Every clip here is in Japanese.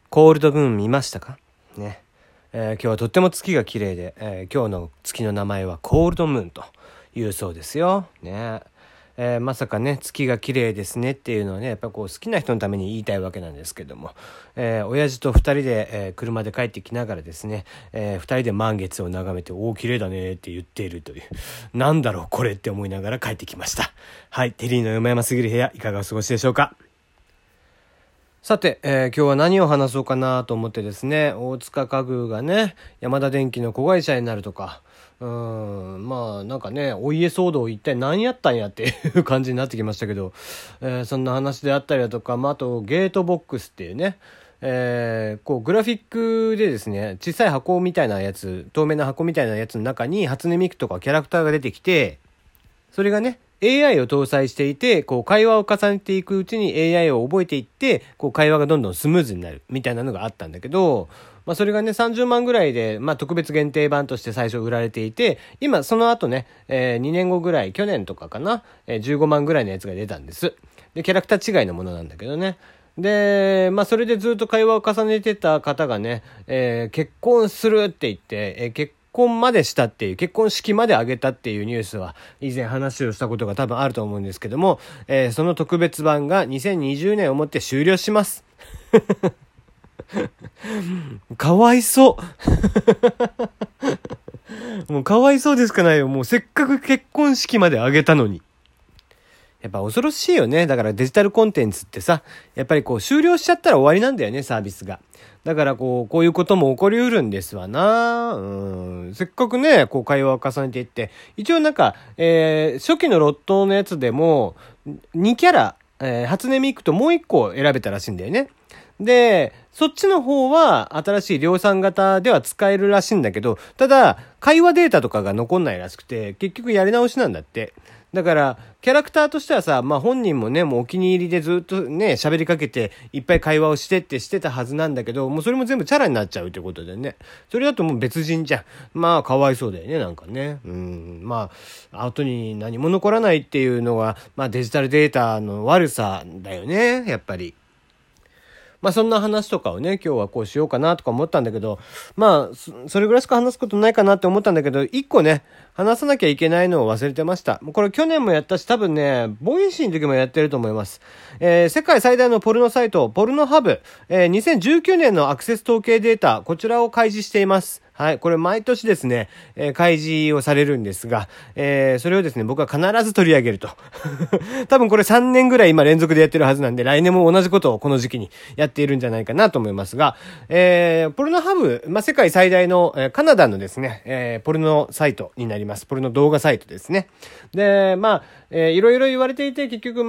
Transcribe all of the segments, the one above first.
コールドムーン見ましたかね。今日はとっても月が綺麗で、今日の月の名前はコールドムーンというそうですよね。まさかね月が綺麗ですねっていうのはねやっぱこう好きな人のために言いたいわけなんですけども、親父と2人で、車で帰ってきながらですね、2人で満月を眺めておー綺麗だねって言っているというなんだろうこれって思いながら帰ってきました。はい、テリーのよもやますぎる部屋いかがお過ごしでしょうか。さて、今日は何を話そうかなと思ってですね、大塚家具がね山田電機の子会社になるとか、まあなんかねお家騒動一体何やったんやっていう感じになってきましたけど、そんな話であったりだとか、あとゲートボックスっていうね、こうグラフィックでですね小さい箱みたいなやつ、透明な箱みたいなやつの中に初音ミクとかキャラクターが出てきて、それがねAI を搭載していて、こう会話を重ねていくうちに AI を覚えていって、こう会話がどんどんスムーズになるみたいなのがあったんだけど、それがね30万ぐらいで、特別限定版として最初売られていて、今その後ね、2年後ぐらい、去年とかかな、15万ぐらいのやつが出たんです。でキャラクター違いのものなんだけどね。でそれでずっと会話を重ねてた方がね、結婚するって言って、結婚までしたっていう、結婚式まで挙げたっていうニュースは以前話をしたことが多分あると思うんですけども、その特別版が2020年をもって終了しますかわいそうもうかわいそうでしかないよ。もうせっかく結婚式まで挙げたのに。やっぱ恐ろしいよね。だからデジタルコンテンツってさ、やっぱりこう終了しちゃったら終わりなんだよね、サービスが。だからこういうことも起こりうるんですわな。せっかくねこう会話を重ねていって、一応なんか、初期のロットのやつでも2キャラ、初音ミクともう1個選べたらしいんだよね。でそっちの方は新しい量産型では使えるらしいんだけど、ただ会話データとかが残んないらしくて結局やり直しなんだって。だからキャラクターとしてはさ、本人もねもうお気に入りでずっとね喋りかけていっぱい会話をしてってしてたはずなんだけど、もうそれも全部チャラになっちゃうってことでね、それだともう別人じゃん。かわいそうだよね、なんかね。後に何も残らないっていうのはデジタルデータの悪さだよね、やっぱり。そんな話とかをね今日はこうしようかなとか思ったんだけど、それぐらいしか話すことないかなって思ったんだけど、一個ね話さなきゃいけないのを忘れてました。これ去年もやったし、多分ねボイシーの時もやってると思います。世界最大のポルノサイトポルノハブ、2019年のアクセス統計データ、こちらを開示しています。はい、これ毎年ですね、開示をされるんですが、それをですね僕は必ず取り上げると多分これ3年ぐらい今連続でやってるはずなんで、来年も同じことをこの時期にやっているんじゃないかなと思いますが、ポルノハブ、世界最大の、カナダのですね、ポルノサイトになります。ポルノ動画サイトですね。でいろいろ言われていて、結局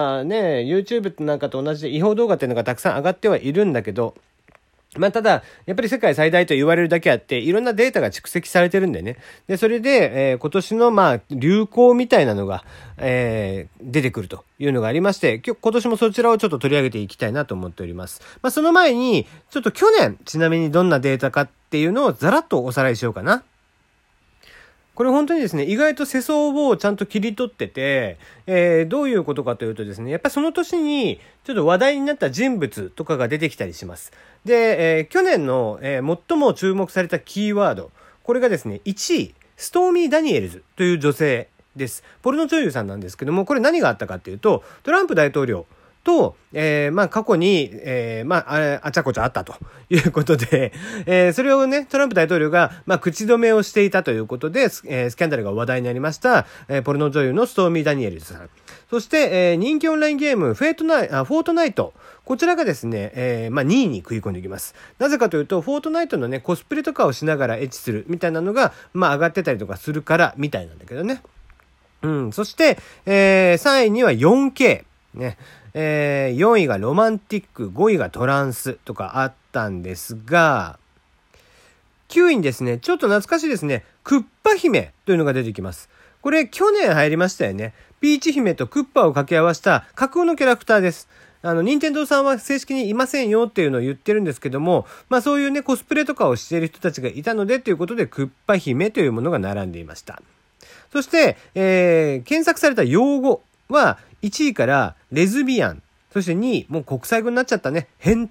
YouTube なんかと同じで違法動画っていうのがたくさん上がってはいるんだけど、ただやっぱり世界最大と言われるだけあって、いろんなデータが蓄積されてるんでね。でそれで、今年の流行みたいなのが、出てくるというのがありまして、今年もそちらをちょっと取り上げていきたいなと思っております。その前にちょっと去年ちなみにどんなデータかっていうのをざらっとおさらいしようかな。これ本当にですね、意外と世相をちゃんと切り取ってて、どういうことかというとですね、やっぱりその年にちょっと話題になった人物とかが出てきたりします。で、去年の、最も注目されたキーワード、これがですね、1位、ストーミー・ダニエルズという女性です。ポルノ女優さんなんですけども、これ何があったかっていうと、トランプ大統領と、過去に、あちゃこちゃあったということで、それをね、トランプ大統領が、口止めをしていたということで、スキャンダルが話題になりました、ポルノ女優のストーミー・ダニエルズさん。そして、人気オンラインゲーム、フォートナイト。こちらがですね、2位に食い込んでいきます。なぜかというと、フォートナイトのね、コスプレとかをしながらエッチするみたいなのが、上がってたりとかするから、みたいなんだけどね。そして、3位には 4K。ね。4位がロマンティック、5位がトランスとかあったんですが、9位にですね、ちょっと懐かしいですね、クッパ姫というのが出てきます。これ去年入りましたよね。ピーチ姫とクッパを掛け合わせた架空のキャラクターです。任天堂さんは正式にいませんよっていうのを言ってるんですけども、そういうね、コスプレとかをしている人たちがいたのでということで、クッパ姫というものが並んでいました。そして、検索された用語は1位からレズビアン、そして2位、もう国際語になっちゃったね、変態。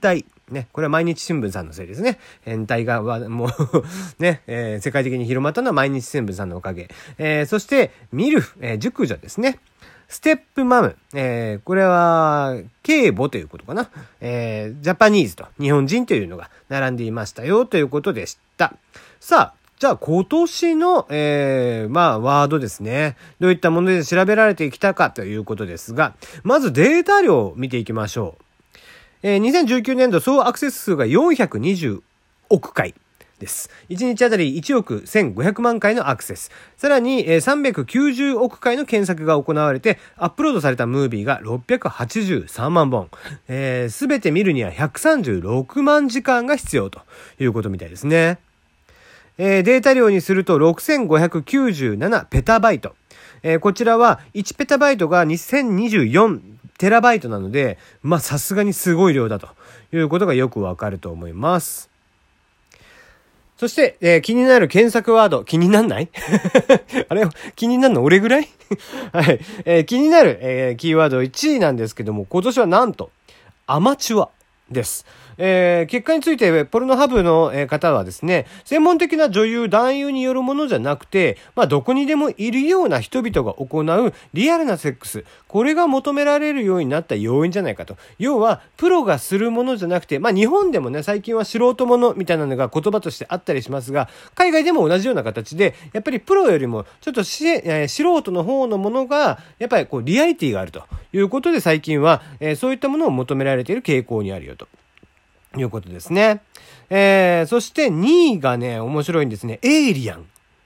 ね、これは毎日新聞さんのせいですね。変態がもうね、世界的に広まったのは毎日新聞さんのおかげ。そしてミルフ、熟女ですね。ステップマム、これは警母ということかな。ジャパニーズと日本人というのが並んでいましたよということでした。さあ、じゃあ今年の、ワードですね。どういったもので調べられてきたかということですが、まずデータ量を見ていきましょう。2019年度総アクセス数が420億回です。1日あたり1億1500万回のアクセス。さらに、390億回の検索が行われて、アップロードされたムービーが683万本。すべて見るには136万時間が必要ということみたいですね。データ量にすると6597ペタバイト。こちらは1ペタバイトが2024テラバイトなので、さすがにすごい量だということがよくわかると思います。そして、気になる検索ワード、気になんないあれ気になるの俺ぐらいはい、気になる、キーワード1位なんですけども、今年はなんと、アマチュアです。結果についてポルノハブの方はですね、専門的な女優男優によるものじゃなくて、どこにでもいるような人々が行うリアルなセックス、これが求められるようになった要因じゃないかと。要はプロがするものじゃなくて、日本でもね、最近は素人ものみたいなのが言葉としてあったりしますが、海外でも同じような形で、やっぱりプロよりもちょっと素人の方のものがやっぱりリアリティがあるということで、最近は、そういったものを求められている傾向にあるよということですね。そして2位がね、面白いんですね。エイリアン。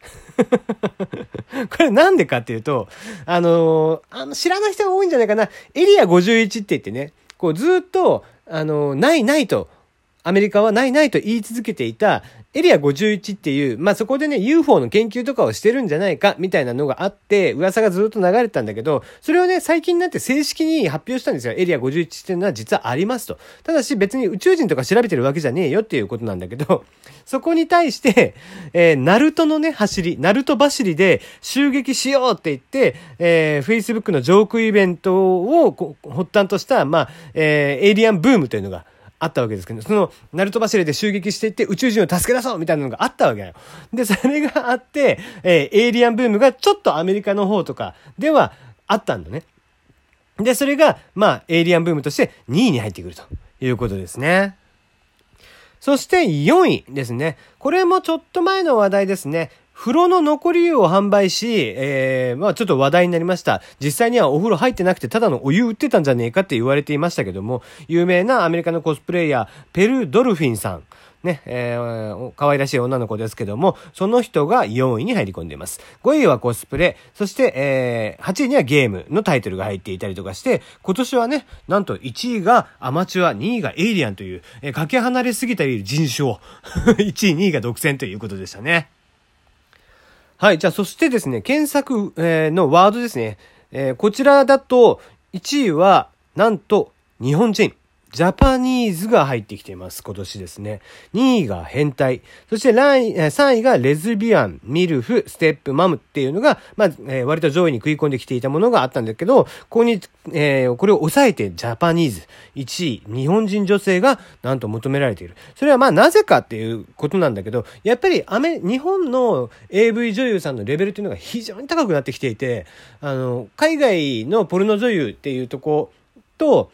これなんでかっていうと、知らない人が多いんじゃないかな。エリア51って言ってね、ずっと、ないと、アメリカはないと言い続けていたエリア51っていう、そこでね、UFO の研究とかをしてるんじゃないか、みたいなのがあって、噂がずっと流れてたんだけど、それをね、最近になって正式に発表したんですよ。エリア51っていうのは実はありますと。ただし別に宇宙人とか調べてるわけじゃねえよっていうことなんだけど、そこに対して、ナルトのね、ナルト走りで襲撃しようって言って、Facebook のジョークイベントを発端とした、エイリアンブームというのがあったわけですけど、そのナルト走りで襲撃していって宇宙人を助け出そうみたいなのがあったわけだよ。で、それがあって、エイリアンブームがちょっとアメリカの方とかではあったんだね。で、それがエイリアンブームとして2位に入ってくるということですね。そして4位ですね。これもちょっと前の話題ですね。風呂の残り湯を販売し、ちょっと話題になりました。実際にはお風呂入ってなくてただのお湯売ってたんじゃねえかって言われていましたけども、有名なアメリカのコスプレイヤー、ペル・ドルフィンさん。ね、可愛らしい女の子ですけども、その人が4位に入り込んでいます。5位はコスプレ、そして、8位にはゲームのタイトルが入っていたりとかして、今年はね、なんと1位がアマチュア、2位がエイリアンという、かけ離れすぎた人種を、1位、2位が独占ということでしたね。はい。じゃあ、そしてですね、検索、のワードですね。こちらだと、1位は、なんと、日本人。ジャパニーズが入ってきています。今年ですね。2位が変態。そして3位がレズビアン、ミルフ、ステップマムっていうのが、割と上位に食い込んできていたものがあったんだけど、ここに、これを抑えてジャパニーズ1位、日本人女性がなんと求められている。それはなぜかっていうことなんだけど、やっぱり日本の AV 女優さんのレベルっていうのが非常に高くなってきていて、海外のポルノ女優っていうとこと、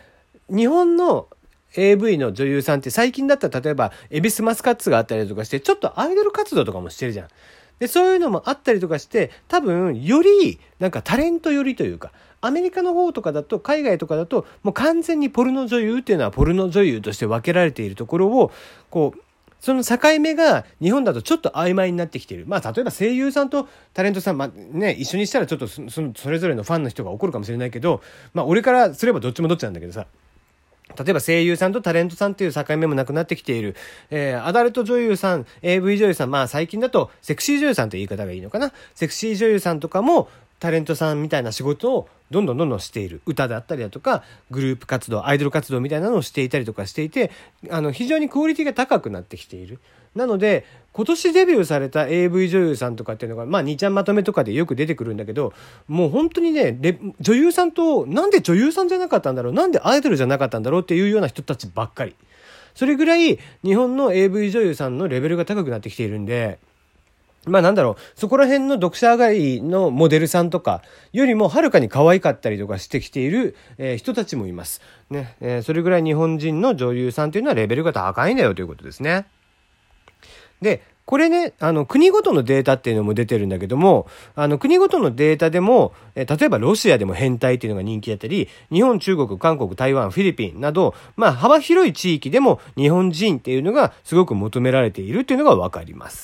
日本の AV の女優さんって最近だったら例えばエビスマスカッツがあったりとかしてちょっとアイドル活動とかもしてるじゃん。で、そういうのもあったりとかして多分よりタレント寄りというかアメリカの方とかだと海外とかだともう完全にポルノ女優っていうのはポルノ女優として分けられているところをその境目が日本だとちょっと曖昧になってきている。例えば声優さんとタレントさん、一緒にしたらちょっとそれぞれのファンの人が怒るかもしれないけど、俺からすればどっちもどっちなんだけどさ。例えば声優さんとタレントさんっていう境目もなくなってきている。アダルト女優さん、AV 女優さん、最近だとセクシー女優さんという言い方がいいのかな。セクシー女優さんとかも、 タレントさんみたいな仕事をどんどんしている。歌だったりだとか、グループ活動、アイドル活動みたいなのをしていたりとかしていて、非常にクオリティが高くなってきている。なので、今年デビューされた AV 女優さんとかっていうのが、2ちゃんまとめとかでよく出てくるんだけど、もう本当にね、女優さんと、なんで女優さんじゃなかったんだろう、なんでアイドルじゃなかったんだろうっていうような人たちばっかり。それぐらい、日本の AV 女優さんのレベルが高くなってきているんで、そこら辺の読者上がりのモデルさんとかよりもはるかに可愛かったりとかしてきている、人たちもいます。ね、それぐらい日本人の女優さんというのはレベルが高いんだよということですね。で、これね、国ごとのデータっていうのも出てるんだけども、国ごとのデータでも、例えばロシアでも変態っていうのが人気だったり、日本、中国、韓国、台湾、フィリピンなど、幅広い地域でも日本人っていうのがすごく求められているっていうのがわかります。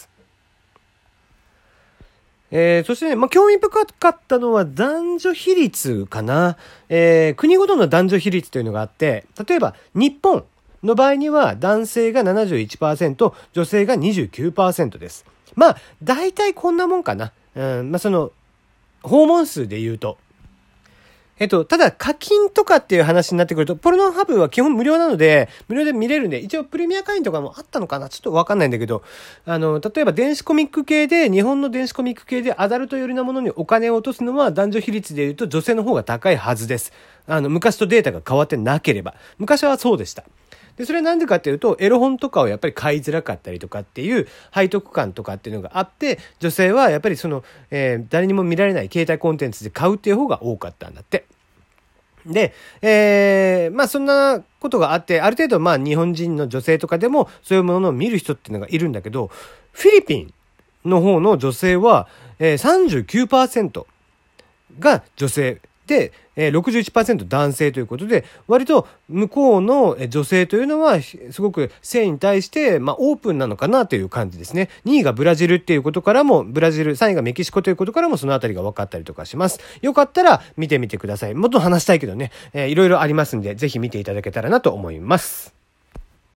そしてね、興味深かったのは男女比率かな。国ごとの男女比率というのがあって、例えば日本の場合には男性が 71%、女性が 29% です。大体こんなもんかな。訪問数で言うと。ただ課金とかっていう話になってくると、ポルノハブは基本無料なので、無料で見れるんで、一応プレミア会員とかもあったのかなちょっとわかんないんだけど、例えば電子コミック系で、日本の電子コミック系でアダルト寄りなものにお金を落とすのは男女比率で言うと女性の方が高いはずです。昔とデータが変わってなければ。昔はそうでした。で、それはなんでかっていうと、エロ本とかをやっぱり買いづらかったりとかっていう背徳感とかっていうのがあって、女性はやっぱり誰にも見られない携帯コンテンツで買うっていう方が多かったんだって。で、そんなことがあって、ある程度日本人の女性とかでもそういうものを見る人っていうのがいるんだけど、フィリピンの方の女性は、39% が女性で、61% 男性ということで、割と向こうの女性というのはすごく性に対してオープンなのかなという感じですね。2位がブラジルっていうことからも、ブラジル、3位がメキシコということからもそのあたりが分かったりとかします。よかったら見てみてください。もっと話したいけどね、いろいろありますんで、ぜひ見ていただけたらなと思います。